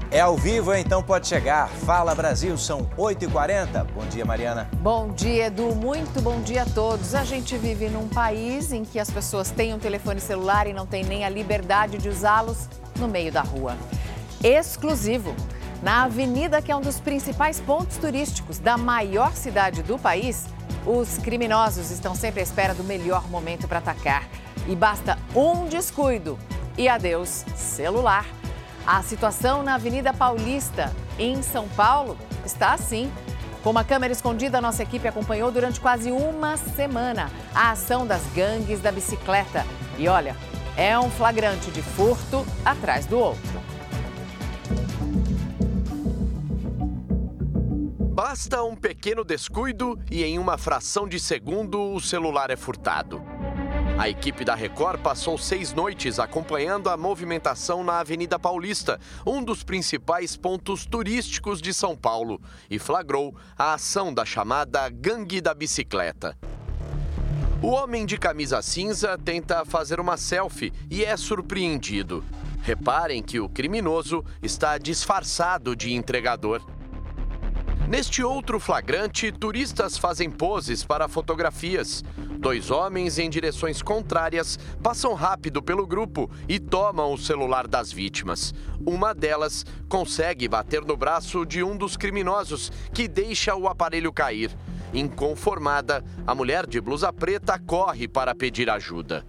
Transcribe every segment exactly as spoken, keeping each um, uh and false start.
É ao vivo, então pode chegar. Fala Brasil, são oito e quarenta. Bom dia, Mariana. Bom dia, Edu. Muito bom dia a todos. A gente vive num país em que as pessoas têm um telefone celular e não têm nem a liberdade de usá-los no meio da rua. Exclusivo. Na avenida, que é um dos principais pontos turísticos da maior cidade do país, os criminosos estão sempre à espera do melhor momento para atacar. E basta um descuido e adeus celular. A situação na Avenida Paulista, em São Paulo, está assim. Com uma câmera escondida, a nossa equipe acompanhou durante quase uma semana a ação das gangues da bicicleta. E olha, é um flagrante de furto atrás do outro. Basta um pequeno descuido e em uma fração de segundo o celular é furtado. A equipe da Record passou seis noites acompanhando a movimentação na Avenida Paulista, um dos principais pontos turísticos de São Paulo, e flagrou a ação da chamada Gangue da Bicicleta. O homem de camisa cinza tenta fazer uma selfie e é surpreendido. Reparem que o criminoso está disfarçado de entregador. Neste outro flagrante, turistas fazem poses para fotografias. Dois homens em direções contrárias passam rápido pelo grupo e tomam o celular das vítimas. Uma delas consegue bater no braço de um dos criminosos, que deixa o aparelho cair. Inconformada, a mulher de blusa preta corre para pedir ajuda.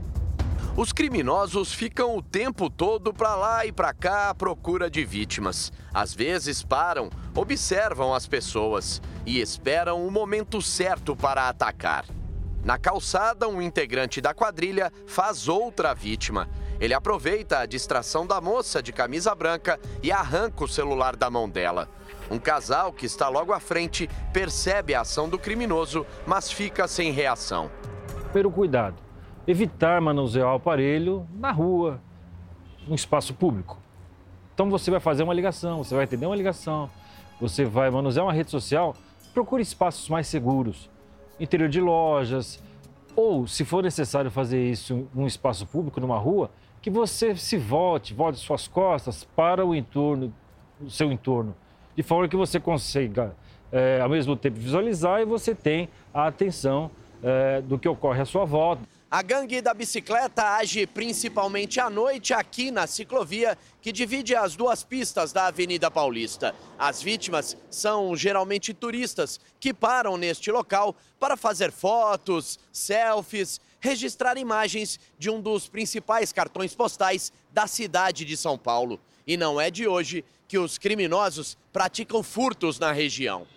Os criminosos ficam o tempo todo para lá e para cá à procura de vítimas. Às vezes param, observam as pessoas e esperam o momento certo para atacar. Na calçada, um integrante da quadrilha faz outra vítima. Ele aproveita a distração da moça de camisa branca e arranca o celular da mão dela. Um casal que está logo à frente percebe a ação do criminoso, mas fica sem reação. Primeiro cuidado. Evitar manusear o aparelho na rua, no espaço público. Então você vai fazer uma ligação, você vai atender uma ligação, você vai manusear uma rede social, procure espaços mais seguros, interior de lojas, ou se for necessário fazer isso em um espaço público, numa rua, que você se volte, volte suas costas para o entorno, o seu entorno, de forma que você consiga, é, ao mesmo tempo, visualizar e você tem a atenção é, do que ocorre à sua volta. A gangue da bicicleta age principalmente à noite aqui na ciclovia que divide as duas pistas da Avenida Paulista. As vítimas são geralmente turistas que param neste local para fazer fotos, selfies, registrar imagens de um dos principais cartões postais da cidade de São Paulo. E não é de hoje que os criminosos praticam furtos na região.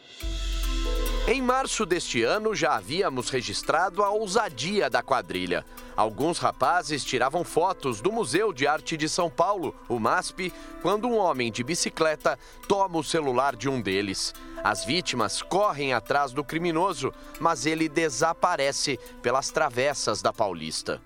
Em março deste ano, já havíamos registrado a ousadia da quadrilha. Alguns rapazes tiravam fotos do Museu de Arte de São Paulo, o MASP, quando um homem de bicicleta toma o celular de um deles. As vítimas correm atrás do criminoso, mas ele desaparece pelas travessas da Paulista.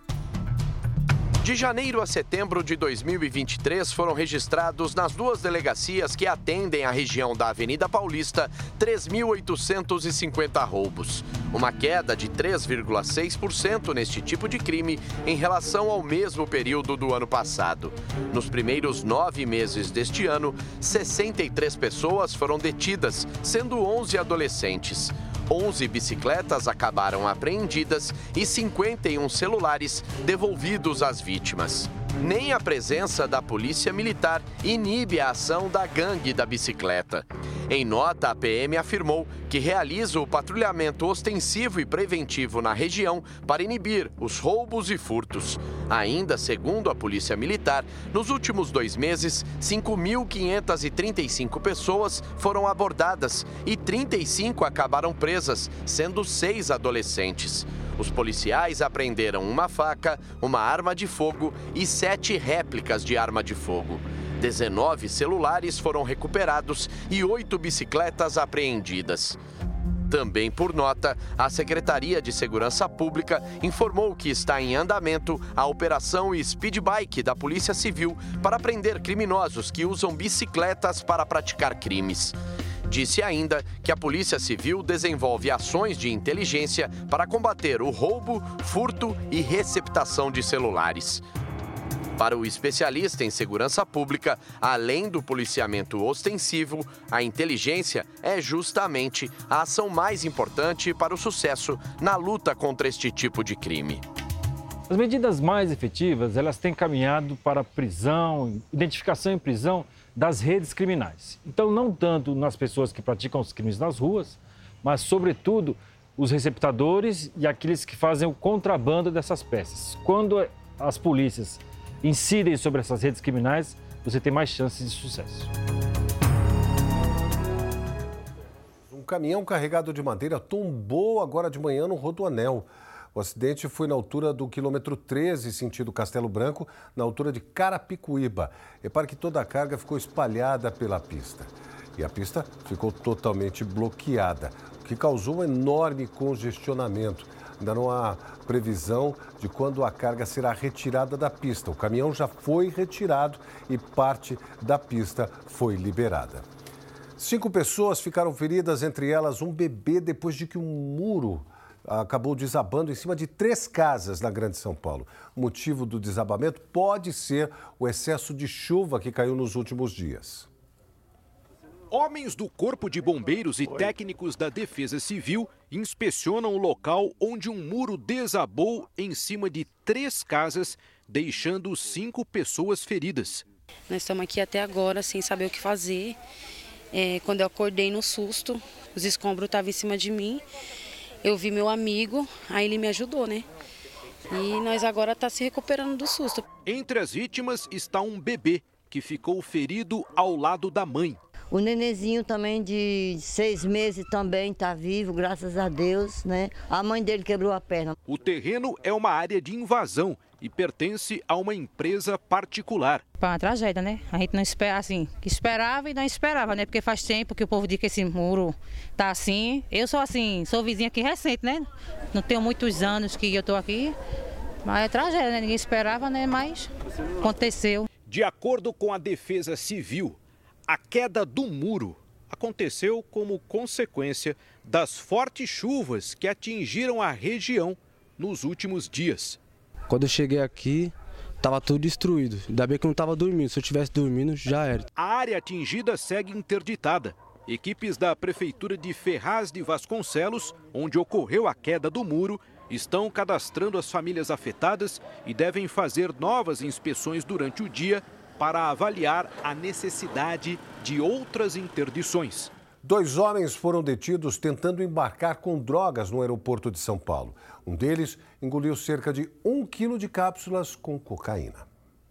De janeiro a setembro de dois mil e vinte e três, foram registrados nas duas delegacias que atendem a região da Avenida Paulista três mil oitocentos e cinquenta roubos. Uma queda de três vírgula seis por cento neste tipo de crime em relação ao mesmo período do ano passado. Nos primeiros nove meses deste ano, sessenta e três pessoas foram detidas, sendo onze adolescentes. onze bicicletas acabaram apreendidas e cinquenta e um celulares devolvidos às vítimas. Nem a presença da Polícia Militar inibe a ação da gangue da bicicleta. Em nota, a P M afirmou que realiza o patrulhamento ostensivo e preventivo na região para inibir os roubos e furtos. Ainda, segundo a Polícia Militar, nos últimos dois meses, cinco mil quinhentas e trinta e cinco pessoas foram abordadas e trinta e cinco acabaram presas, sendo seis adolescentes. Os policiais apreenderam uma faca, uma arma de fogo e sete réplicas de arma de fogo. dezenove celulares foram recuperados e oito bicicletas apreendidas. Também por nota, a Secretaria de Segurança Pública informou que está em andamento a Operação Speed Bike da Polícia Civil para prender criminosos que usam bicicletas para praticar crimes. Disse ainda que a Polícia Civil desenvolve ações de inteligência para combater o roubo, furto e receptação de celulares. Para o especialista em segurança pública, além do policiamento ostensivo, a inteligência é justamente a ação mais importante para o sucesso na luta contra este tipo de crime. As medidas mais efetivas, elas têm caminhado para a prisão, identificação em prisão das redes criminais. Então, não tanto nas pessoas que praticam os crimes nas ruas, mas, sobretudo, os receptadores e aqueles que fazem o contrabando dessas peças. Quando as polícias incidem sobre essas redes criminais, você tem mais chances de sucesso. Um caminhão carregado de madeira tombou agora de manhã no Rodoanel. O acidente foi na altura do quilômetro treze, sentido Castelo Branco, na altura de Carapicuíba. Repare que toda a carga ficou espalhada pela pista. E a pista ficou totalmente bloqueada, o que causou um enorme congestionamento. Ainda não há previsão de quando a carga será retirada da pista. O caminhão já foi retirado e parte da pista foi liberada. Cinco pessoas ficaram feridas, entre elas um bebê, depois de que um muro acabou desabando em cima de três casas na Grande São Paulo. O motivo do desabamento pode ser o excesso de chuva que caiu nos últimos dias. Homens do Corpo de Bombeiros e técnicos da Defesa Civil inspecionam o local onde um muro desabou em cima de três casas, deixando cinco pessoas feridas. Nós estamos aqui até agora sem saber o que fazer. É, quando eu acordei no susto, os escombros estavam em cima de mim. Eu vi meu amigo, aí ele me ajudou, né? E nós agora estamos se recuperando do susto. Entre as vítimas está um bebê que ficou ferido ao lado da mãe. O nenenzinho também de seis meses também está vivo, graças a Deus, né? A mãe dele quebrou a perna. O terreno é uma área de invasão e pertence a uma empresa particular. Foi uma tragédia, né? A gente não espera, assim, esperava e não esperava, né? Porque faz tempo que o povo diz que esse muro tá assim. Eu sou assim, sou vizinha aqui recente, né? Não tenho muitos anos que eu tô aqui, mas é tragédia, né? Ninguém esperava, né? Mas aconteceu. De acordo com a Defesa Civil, a queda do muro aconteceu como consequência das fortes chuvas que atingiram a região nos últimos dias. Quando eu cheguei aqui, estava tudo destruído. Ainda bem que eu não estava dormindo. Se eu estivesse dormindo, já era. A área atingida segue interditada. Equipes da Prefeitura de Ferraz de Vasconcelos, onde ocorreu a queda do muro, estão cadastrando as famílias afetadas e devem fazer novas inspeções durante o dia para avaliar a necessidade de outras interdições. Dois homens foram detidos tentando embarcar com drogas no aeroporto de São Paulo. Um deles engoliu cerca de um quilo de cápsulas com cocaína.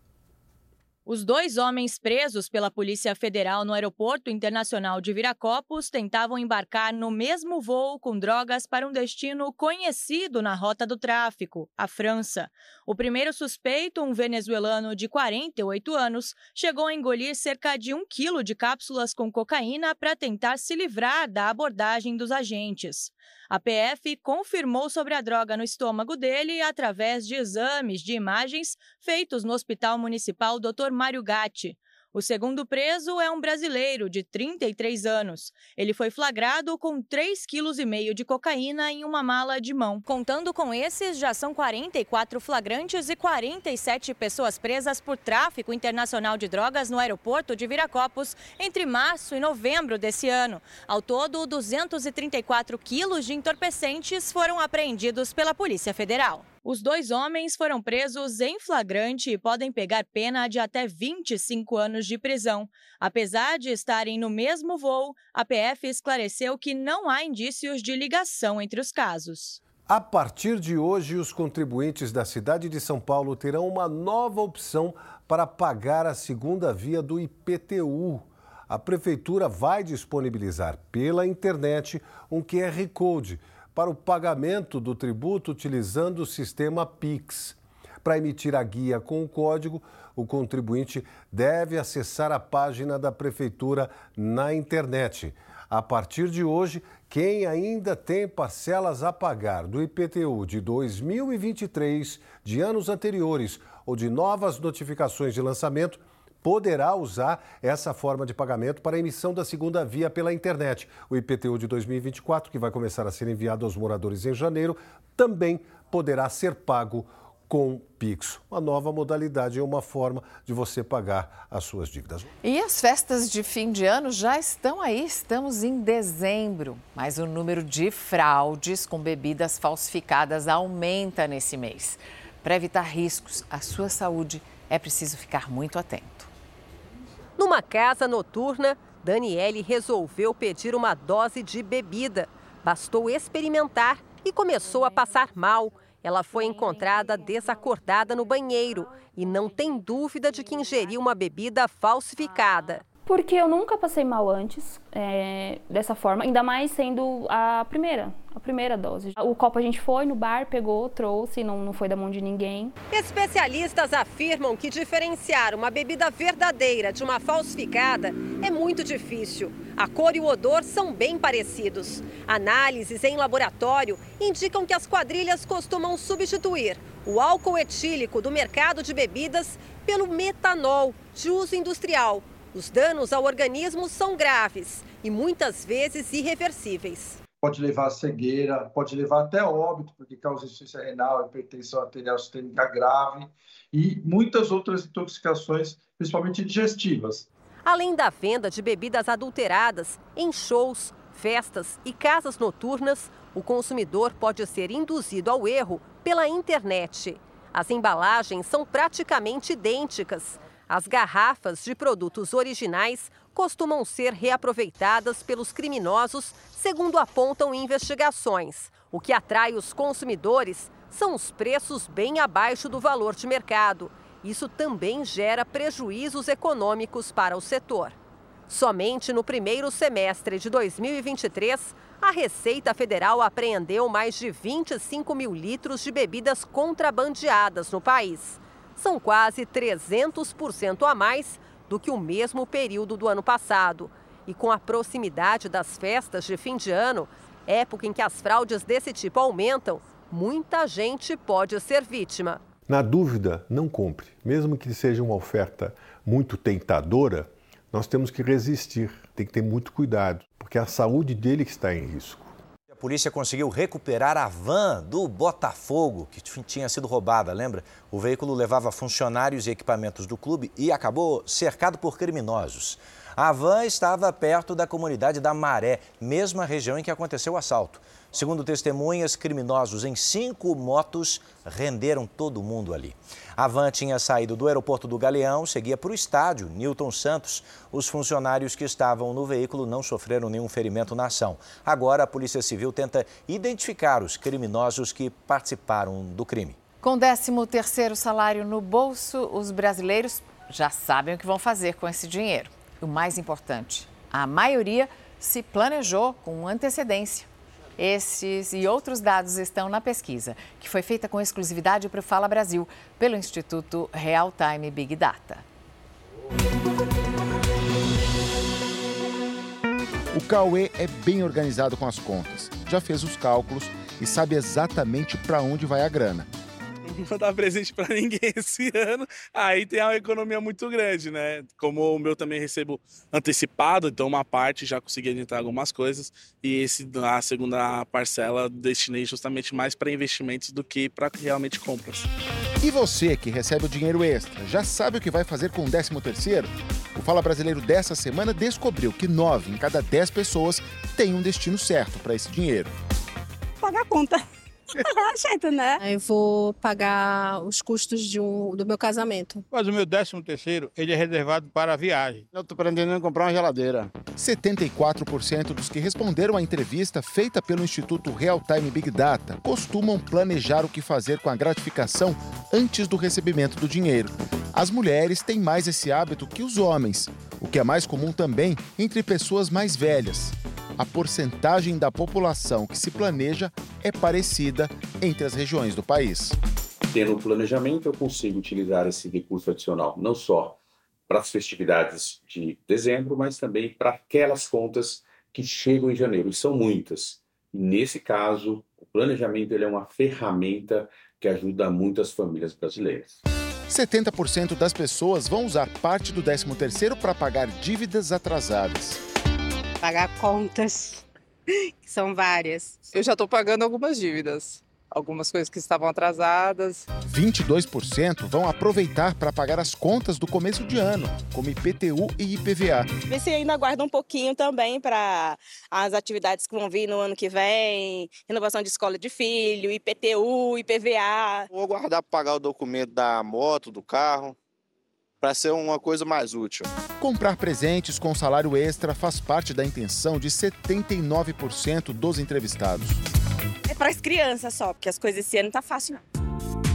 Os dois homens presos pela Polícia Federal no Aeroporto Internacional de Viracopos tentavam embarcar no mesmo voo com drogas para um destino conhecido na rota do tráfico, a França. O primeiro suspeito, um venezuelano de quarenta e oito anos, chegou a engolir cerca de um quilo de cápsulas com cocaína para tentar se livrar da abordagem dos agentes. A P F confirmou sobre a droga no estômago dele através de exames de imagens feitos no Hospital Municipal doutor Mário Gatti. O segundo preso é um brasileiro de trinta e três anos. Ele foi flagrado com três vírgula cinco quilos de cocaína em uma mala de mão. Contando com esses, já são quarenta e quatro flagrantes e quarenta e sete pessoas presas por tráfico internacional de drogas no aeroporto de Viracopos entre março e novembro desse ano. Ao todo, duzentos e trinta e quatro quilos de entorpecentes foram apreendidos pela Polícia Federal. Os dois homens foram presos em flagrante e podem pegar pena de até vinte e cinco anos de prisão. Apesar de estarem no mesmo voo, a P F esclareceu que não há indícios de ligação entre os casos. A partir de hoje, os contribuintes da cidade de São Paulo terão uma nova opção para pagar a segunda via do I P T U. A Prefeitura vai disponibilizar pela internet um Q R Code para o pagamento do tributo utilizando o sistema Pix. Para emitir a guia com o código, o contribuinte deve acessar a página da Prefeitura na internet. A partir de hoje, quem ainda tem parcelas a pagar do I P T U de dois mil e vinte e três, de anos anteriores ou de novas notificações de lançamento, poderá usar essa forma de pagamento para a emissão da segunda via pela internet. O I P T U de dois mil e vinte e quatro, que vai começar a ser enviado aos moradores em janeiro, também poderá ser pago com Pix. Uma nova modalidade é uma forma de você pagar as suas dívidas. E as festas de fim de ano já estão aí, estamos em dezembro. Mas o número de fraudes com bebidas falsificadas aumenta nesse mês. Para evitar riscos à sua saúde, é preciso ficar muito atento. Numa casa noturna, Daniele resolveu pedir uma dose de bebida. Bastou experimentar e começou a passar mal. Ela foi encontrada desacordada no banheiro e não tem dúvida de que ingeriu uma bebida falsificada. Porque eu nunca passei mal antes, é, dessa forma, ainda mais sendo a primeira, a primeira dose. O copo a gente foi no bar, pegou, trouxe, não, não foi da mão de ninguém. Especialistas afirmam que diferenciar uma bebida verdadeira de uma falsificada é muito difícil. A cor e o odor são bem parecidos. Análises em laboratório indicam que as quadrilhas costumam substituir o álcool etílico do mercado de bebidas pelo metanol, de uso industrial. Os danos ao organismo são graves e muitas vezes irreversíveis. Pode levar a cegueira, pode levar até óbito, porque causa insuficiência renal, hipertensão arterial sistêmica grave e muitas outras intoxicações, principalmente digestivas. Além da venda de bebidas adulteradas, em shows, festas e casas noturnas, o consumidor pode ser induzido ao erro pela internet. As embalagens são praticamente idênticas. As garrafas de produtos originais costumam ser reaproveitadas pelos criminosos, segundo apontam investigações. O que atrai os consumidores são os preços bem abaixo do valor de mercado. Isso também gera prejuízos econômicos para o setor. Somente no primeiro semestre de dois mil e vinte e três, a Receita Federal apreendeu mais de vinte e cinco mil litros de bebidas contrabandeadas no país. São quase trezentos por cento a mais do que o mesmo período do ano passado. E com a proximidade das festas de fim de ano, época em que as fraudes desse tipo aumentam, muita gente pode ser vítima. Na dúvida, não compre. Mesmo que seja uma oferta muito tentadora, nós temos que resistir. Tem que ter muito cuidado, porque é a saúde dele que está em risco. A polícia conseguiu recuperar a van do Botafogo, que tinha sido roubada, lembra? O veículo levava funcionários e equipamentos do clube e acabou cercado por criminosos. A van estava perto da comunidade da Maré, mesma região em que aconteceu o assalto. Segundo testemunhas, criminosos em cinco motos renderam todo mundo ali. A van tinha saído do aeroporto do Galeão, seguia para o estádio Newton Santos. Os funcionários que estavam no veículo não sofreram nenhum ferimento na ação. Agora, a Polícia Civil tenta identificar os criminosos que participaram do crime. Com o décimo terceiro salário no bolso, os brasileiros já sabem o que vão fazer com esse dinheiro. O mais importante, a maioria se planejou com antecedência. Esses e outros dados estão na pesquisa, que foi feita com exclusividade para o Fala Brasil, pelo Instituto Real Time Big Data. O Cauê é bem organizado com as contas, já fez os cálculos e sabe exatamente para onde vai a grana. Não vou dar presente para ninguém esse ano, aí tem uma economia muito grande, né? Como o meu também recebo antecipado, então uma parte já consegui adiantar algumas coisas e esse, a segunda parcela destinei justamente mais para investimentos do que para realmente compras. E você que recebe o dinheiro extra, já sabe o que vai fazer com o décimo terceiro? O Fala Brasileiro dessa semana descobriu que nove em cada dez pessoas tem um destino certo para esse dinheiro. Pagar a conta. Certo, né? Eu vou pagar os custos de um, do meu casamento. Mas o meu décimo terceiro, ele é reservado para a viagem. Eu estou pretendendo comprar uma geladeira. setenta e quatro por cento dos que responderam à entrevista feita pelo Instituto Real Time Big Data costumam planejar o que fazer com a gratificação antes do recebimento do dinheiro. As mulheres têm mais esse hábito que os homens, o que é mais comum também entre pessoas mais velhas. A porcentagem da população que se planeja é parecida entre as regiões do país. Tendo o planejamento, eu consigo utilizar esse recurso adicional, não só para as festividades de dezembro, mas também para aquelas contas que chegam em janeiro, e são muitas. E nesse caso, o planejamento ele é uma ferramenta que ajuda muitas famílias brasileiras. setenta por cento das pessoas vão usar parte do décimo terceiro para pagar dívidas atrasadas. Pagar contas, que são várias. Eu já estou pagando algumas dívidas. algumas coisas que estavam atrasadas. vinte e dois por cento vão aproveitar para pagar as contas do começo de ano, como I P T U e I P V A. Vê se ainda guarda um pouquinho também para as atividades que vão vir no ano que vem, renovação de escola de filho, I P T U, I P V A. Vou guardar para pagar o documento da moto, do carro, para ser uma coisa mais útil. Comprar presentes com salário extra faz parte da intenção de setenta e nove por cento dos entrevistados. É para as crianças só, porque as coisas esse ano não tá fácil não.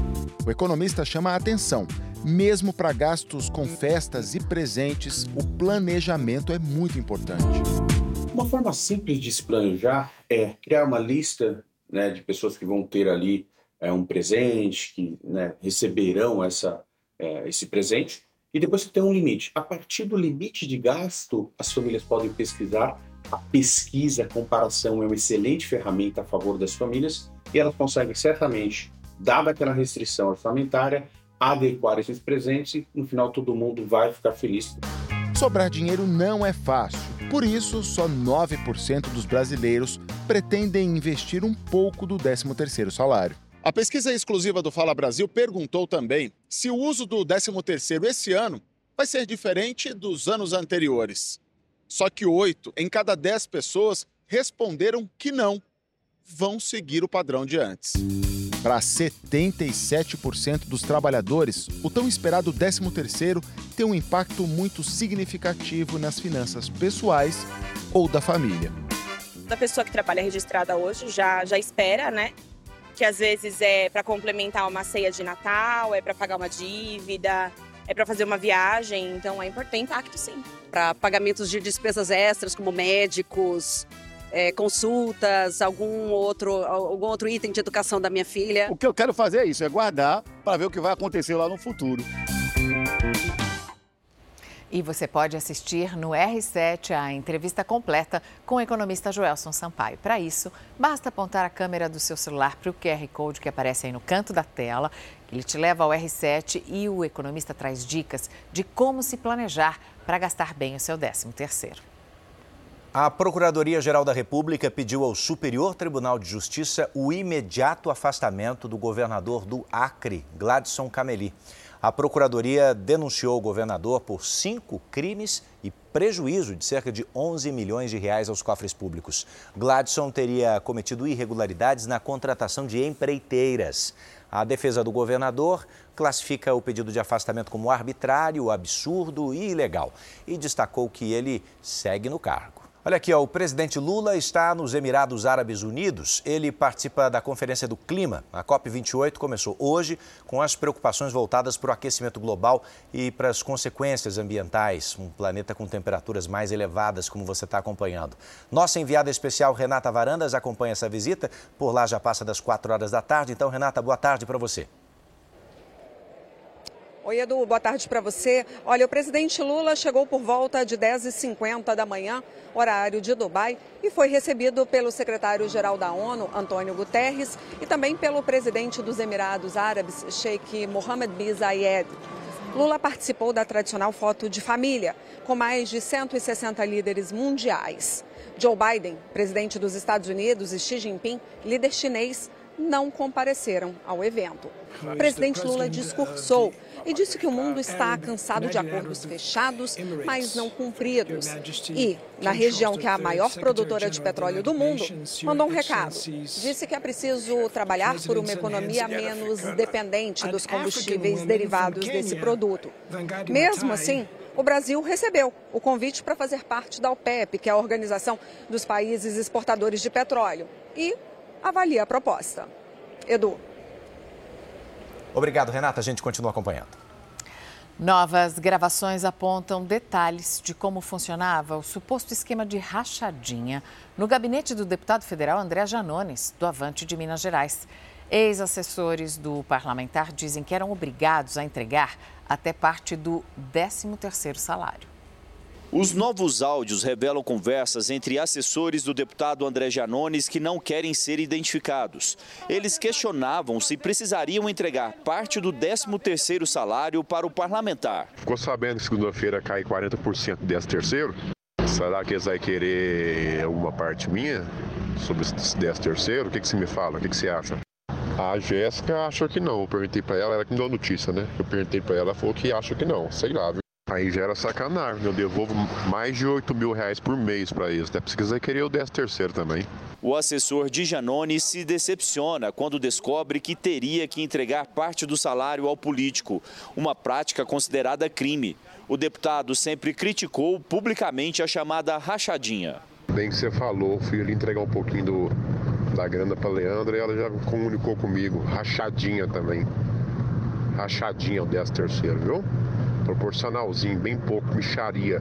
O economista chama a atenção. Mesmo para gastos com festas e presentes, o planejamento é muito importante. Uma forma simples de se planejar é criar uma lista, né, de pessoas que vão ter ali é, um presente, que, né, receberão essa, é, esse presente, e depois ter um limite. A partir do limite de gasto, as famílias podem pesquisar. A pesquisa, a comparação é uma excelente ferramenta a favor das famílias e elas conseguem certamente, dada aquela restrição orçamentária, adequar esses presentes e no final todo mundo vai ficar feliz. Sobrar dinheiro não é fácil, por isso só nove por cento dos brasileiros pretendem investir um pouco do décimo terceiro salário. A pesquisa exclusiva do Fala Brasil perguntou também se o uso do décimo terceiro esse ano vai ser diferente dos anos anteriores. Só que oito em cada dez pessoas responderam que não, vão seguir o padrão de antes. Para setenta e sete por cento dos trabalhadores, o tão esperado décimo terceiro tem um impacto muito significativo nas finanças pessoais ou da família. Da pessoa que trabalha registrada hoje já, já espera, né? Que às vezes é para complementar uma ceia de Natal, é para pagar uma dívida, é para fazer uma viagem, então é importante impacto sim. Para pagamentos de despesas extras, como médicos, é, consultas, algum outro, algum outro item de educação da minha filha. O que eu quero fazer é isso, é guardar para ver o que vai acontecer lá no futuro. E você pode assistir no R sete a entrevista completa com o economista Joelson Sampaio. Para isso, basta apontar a câmera do seu celular para o Q R Code que aparece aí no canto da tela. Ele te leva ao R sete e o economista traz dicas de como se planejar para gastar bem o seu décimo terceiro. A Procuradoria-Geral da República pediu ao Superior Tribunal de Justiça o imediato afastamento do governador do Acre, Gladson Cameli. A Procuradoria denunciou o governador por cinco crimes e prejuízo de cerca de onze milhões de reais aos cofres públicos. Gladson teria cometido irregularidades na contratação de empreiteiras. A defesa do governador classifica o pedido de afastamento como arbitrário, absurdo e ilegal e destacou que ele segue no cargo. Olha aqui, ó, o presidente Lula está nos Emirados Árabes Unidos. Ele participa da Conferência do Clima. A COP vinte e oito começou hoje com as preocupações voltadas para o aquecimento global e para as consequências ambientais. Um planeta com temperaturas mais elevadas, como você está acompanhando. Nossa enviada especial, Renata Varandas, acompanha essa visita. Por lá já passa das quatro horas da tarde. Então, Renata, boa tarde para você. Oi, Edu, boa tarde para você. Olha, o presidente Lula chegou por volta de dez e cinquenta da manhã, horário de Dubai, e foi recebido pelo secretário-geral da ONU, Antônio Guterres, e também pelo presidente dos Emirados Árabes, Sheikh Mohammed bin Zayed. Lula participou da tradicional foto de família, com mais de cento e sessenta líderes mundiais. Joe Biden, presidente dos Estados Unidos, e Xi Jinping, líder chinês, não compareceram ao evento. O presidente Lula discursou e disse que o mundo está cansado de acordos fechados, mas não cumpridos. E, na região que é a maior produtora de petróleo do mundo, mandou um recado. Disse que é preciso trabalhar por uma economia menos dependente dos combustíveis derivados desse produto. Mesmo assim, o Brasil recebeu o convite para fazer parte da OPEP, que é a Organização dos Países Exportadores de Petróleo, e avalia a proposta. Edu. Obrigado, Renata. A gente continua acompanhando. Novas gravações apontam detalhes de como funcionava o suposto esquema de rachadinha no gabinete do deputado federal André Janones, do Avante de Minas Gerais. Ex-assessores do parlamentar dizem que eram obrigados a entregar até parte do décimo terceiro salário. Os novos áudios revelam conversas entre assessores do deputado André Janones que não querem ser identificados. Eles questionavam se precisariam entregar parte do décimo terceiro salário para o parlamentar. Ficou sabendo que segunda-feira cai quarenta por cento do décimo terceiro? Será que eles vão querer uma parte minha sobre esse décimo terceiro? O que, que você me fala? O que, que você acha? A Jéssica achou que não. Eu perguntei pra ela, ela que me deu a notícia, né? Eu perguntei pra ela, ela falou que acha que não. Sei lá, viu? Aí já era sacanagem. Eu devolvo mais de oito mil reais por mês pra eles. Até se quiser querer o décimo terceiro também. O assessor de Janones se decepciona quando descobre que teria que entregar parte do salário ao político, uma prática considerada crime. O deputado sempre criticou publicamente a chamada rachadinha. Bem que você falou, fui ali entregar um pouquinho do, da grana para Leandra e ela já comunicou comigo, rachadinha também. Rachadinha o décimo terceiro, viu? Proporcionalzinho, bem pouco, mixaria.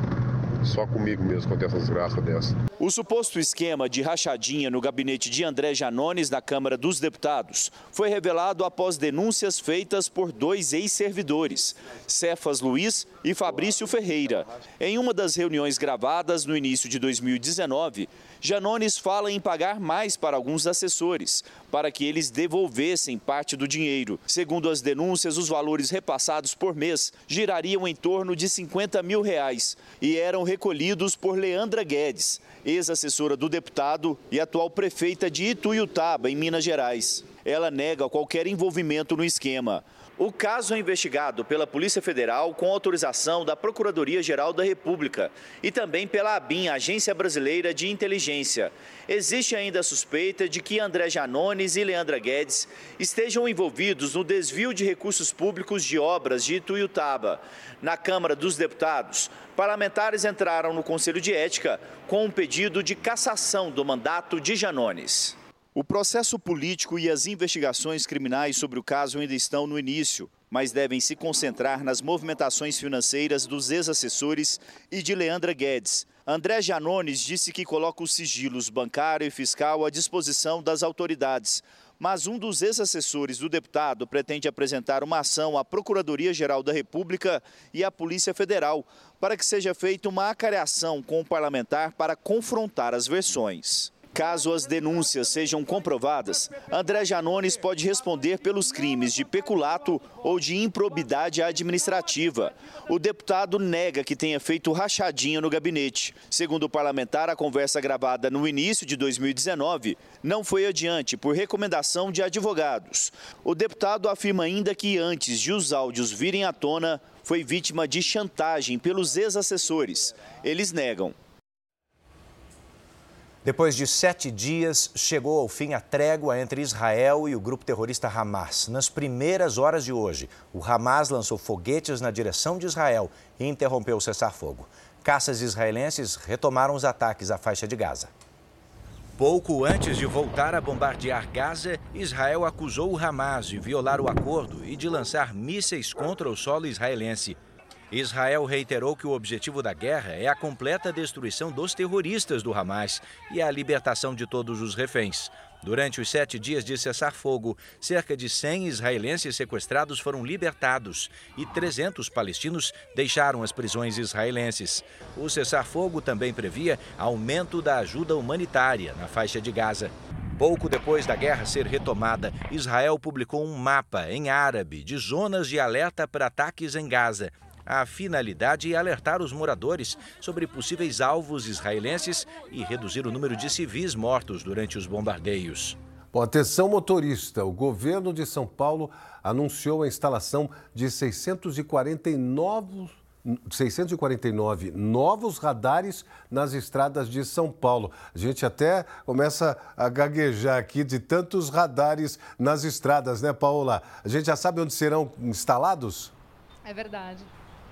Só comigo mesmo acontece essas graças dessas. O suposto esquema de rachadinha no gabinete de André Janones na Câmara dos Deputados foi revelado após denúncias feitas por dois ex-servidores, Cefas Luiz e Fabrício Ferreira. Em uma das reuniões gravadas no início de dois mil e dezenove, Janones fala em pagar mais para alguns assessores, para que eles devolvessem parte do dinheiro. Segundo as denúncias, os valores repassados por mês girariam em torno de cinquenta mil reais e eram recolhidos por Leandra Guedes, ex-assessora do deputado e atual prefeita de Ituiutaba, em Minas Gerais. Ela nega qualquer envolvimento no esquema. O caso é investigado pela Polícia Federal com autorização da Procuradoria-Geral da República e também pela ABIN, Agência Brasileira de Inteligência. Existe ainda a suspeita de que André Janones e Leandra Guedes estejam envolvidos no desvio de recursos públicos de obras de Ituiutaba. Na Câmara dos Deputados, parlamentares entraram no Conselho de Ética com um pedido de cassação do mandato de Janones. O processo político e as investigações criminais sobre o caso ainda estão no início, mas devem se concentrar nas movimentações financeiras dos ex-assessores e de Leandra Guedes. André Janones disse que coloca os sigilos bancário e fiscal à disposição das autoridades, mas um dos ex-assessores do deputado pretende apresentar uma ação à Procuradoria-Geral da República e à Polícia Federal para que seja feita uma acareação com o parlamentar para confrontar as versões. Caso as denúncias sejam comprovadas, André Janones pode responder pelos crimes de peculato ou de improbidade administrativa. O deputado nega que tenha feito rachadinha no gabinete. Segundo o parlamentar, a conversa gravada no início de dois mil e dezenove não foi adiante por recomendação de advogados. O deputado afirma ainda que antes de os áudios virem à tona, foi vítima de chantagem pelos ex-assessores. Eles negam. Depois de sete dias, chegou ao fim a trégua entre Israel e o grupo terrorista Hamas. Nas primeiras horas de hoje, o Hamas lançou foguetes na direção de Israel e interrompeu o cessar-fogo. Caças israelenses retomaram os ataques à faixa de Gaza. Pouco antes de voltar a bombardear Gaza, Israel acusou o Hamas de violar o acordo e de lançar mísseis contra o solo israelense. Israel reiterou que o objetivo da guerra é a completa destruição dos terroristas do Hamas e a libertação de todos os reféns. Durante os sete dias de cessar-fogo, cerca de cem israelenses sequestrados foram libertados e trezentos palestinos deixaram as prisões israelenses. O cessar-fogo também previa aumento da ajuda humanitária na faixa de Gaza. Pouco depois da guerra ser retomada, Israel publicou um mapa em árabe de zonas de alerta para ataques em Gaza. A finalidade é alertar os moradores sobre possíveis alvos israelenses e reduzir o número de civis mortos durante os bombardeios. Bom, atenção motorista, o governo de São Paulo anunciou a instalação de seiscentos e quarenta e nove, seiscentos e quarenta e nove novos radares nas estradas de São Paulo. A gente até começa a gaguejar aqui de tantos radares nas estradas, né, Paola? A gente já sabe onde serão instalados? É verdade.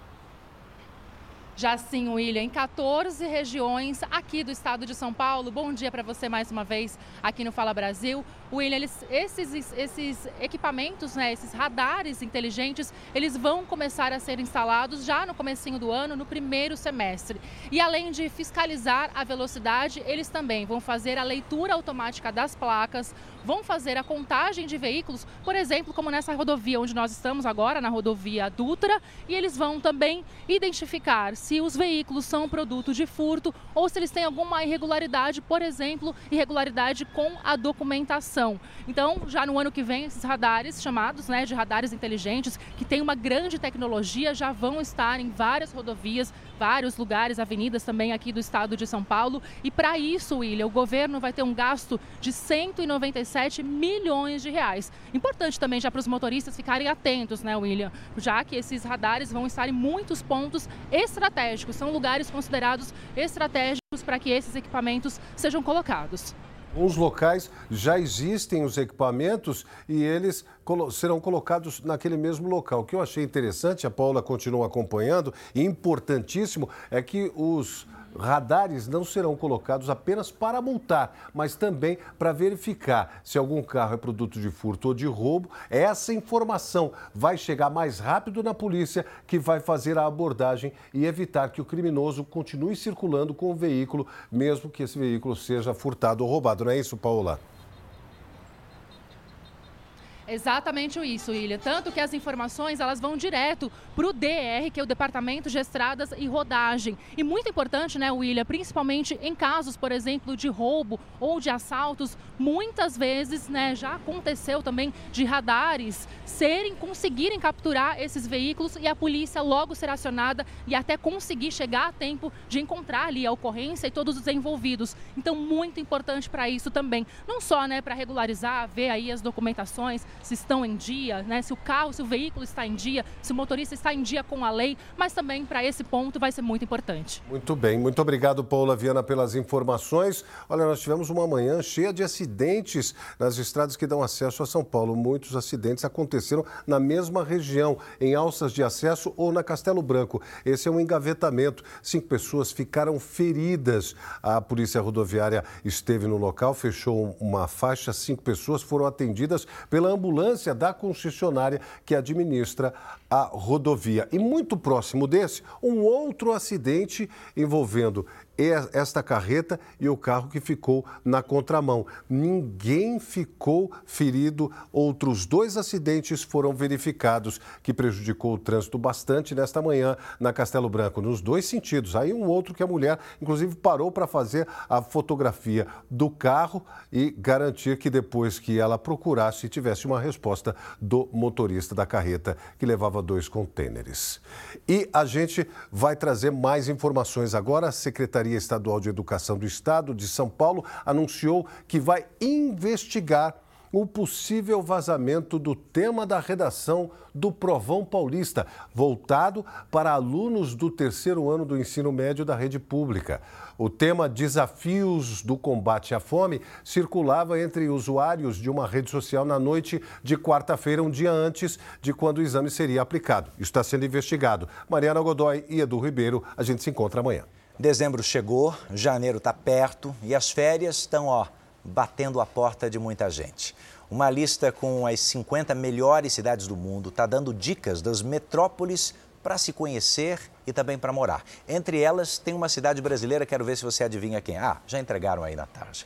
Já sim, William, em quatorze regiões aqui do estado de São Paulo. Bom dia para você mais uma vez aqui no Fala Brasil. William, eles, esses, esses equipamentos, né, esses radares inteligentes, eles vão começar a ser instalados já no comecinho do ano, no primeiro semestre. E além de fiscalizar a velocidade, eles também vão fazer a leitura automática das placas, vão fazer a contagem de veículos, por exemplo, como nessa rodovia onde nós estamos agora, na rodovia Dutra, e eles vão também identificar se os veículos são produto de furto ou se eles têm alguma irregularidade, por exemplo, irregularidade com a documentação. Então, já no ano que vem, esses radares chamados, né, de radares inteligentes, que tem uma grande tecnologia, já vão estar em várias rodovias, vários lugares, avenidas também aqui do estado de São Paulo. E para isso, William, o governo vai ter um gasto de cento e noventa e sete milhões de reais. Importante também já para os motoristas ficarem atentos, né, William? Já que esses radares vão estar em muitos pontos estratégicos, são lugares considerados estratégicos para que esses equipamentos sejam colocados. Uns locais já existem os equipamentos e eles serão colocados naquele mesmo local. O que eu achei interessante, a Paula continua acompanhando, e importantíssimo, é que os radares não serão colocados apenas para multar, mas também para verificar se algum carro é produto de furto ou de roubo. Essa informação vai chegar mais rápido na polícia, que vai fazer a abordagem e evitar que o criminoso continue circulando com o veículo, mesmo que esse veículo seja furtado ou roubado. Não é isso, Paula? Exatamente isso, William. Tanto que as informações elas vão direto para o D R, que é o Departamento de Estradas e Rodagem. E muito importante, né, William, principalmente em casos, por exemplo, de roubo ou de assaltos, muitas vezes, né, já aconteceu também de radares serem, conseguirem capturar esses veículos e a polícia logo ser acionada e até conseguir chegar a tempo de encontrar ali a ocorrência e todos os envolvidos. Então, muito importante para isso também. Não só, né, para regularizar, ver aí as documentações, se estão em dia, né, se o carro, se o veículo está em dia, se o motorista está em dia com a lei, mas também para esse ponto vai ser muito importante. Muito bem, muito obrigado, Paula Viana, pelas informações. Olha, nós tivemos uma manhã cheia de acidentes nas estradas que dão acesso a São Paulo. Muitos acidentes aconteceram na mesma região, em alças de acesso ou na Castelo Branco. Esse é um engavetamento. Cinco pessoas ficaram feridas. A Polícia Rodoviária esteve no local, fechou uma faixa. Cinco pessoas foram atendidas pela ambulância ambulância da concessionária que administra a rodovia. E muito próximo desse, um outro acidente envolvendo esta carreta e o carro que ficou na contramão. Ninguém ficou ferido. Outros dois acidentes foram verificados, que prejudicou o trânsito bastante nesta manhã na Castelo Branco, nos dois sentidos. Aí um outro que a mulher, inclusive, parou para fazer a fotografia do carro e garantir que depois que ela procurasse, tivesse uma resposta do motorista da carreta, que levava dois contêineres. E a gente vai trazer mais informações agora. A Secretaria Estadual de Educação do Estado de São Paulo anunciou que vai investigar o possível vazamento do tema da redação do Provão Paulista, voltado para alunos do terceiro ano do ensino médio da rede pública. O tema Desafios do Combate à Fome circulava entre usuários de uma rede social na noite de quarta-feira, um dia antes de quando o exame seria aplicado. Isso está sendo investigado. Mariana Godoy e Edu Ribeiro, a gente se encontra amanhã. Dezembro chegou, janeiro está perto e as férias estão, ó, batendo a porta de muita gente. Uma lista com as cinquenta melhores cidades do mundo está dando dicas das metrópoles para se conhecer e também para morar. Entre elas tem uma cidade brasileira, quero ver se você adivinha quem. Ah, já entregaram aí na tarde.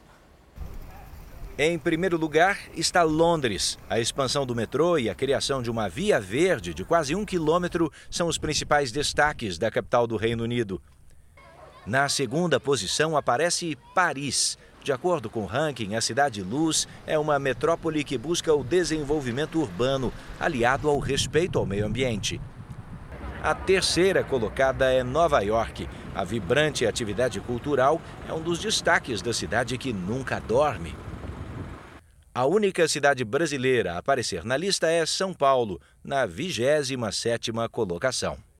Em primeiro lugar está Londres. A expansão do metrô e a criação de uma via verde de quase um quilômetro são os principais destaques da capital do Reino Unido. Na segunda posição aparece Paris. De acordo com o ranking, a Cidade Luz é uma metrópole que busca o desenvolvimento urbano, aliado ao respeito ao meio ambiente. A terceira colocada é Nova York. A vibrante atividade cultural é um dos destaques da cidade que nunca dorme. A única cidade brasileira a aparecer na lista é São Paulo, na vigésima sétima colocação.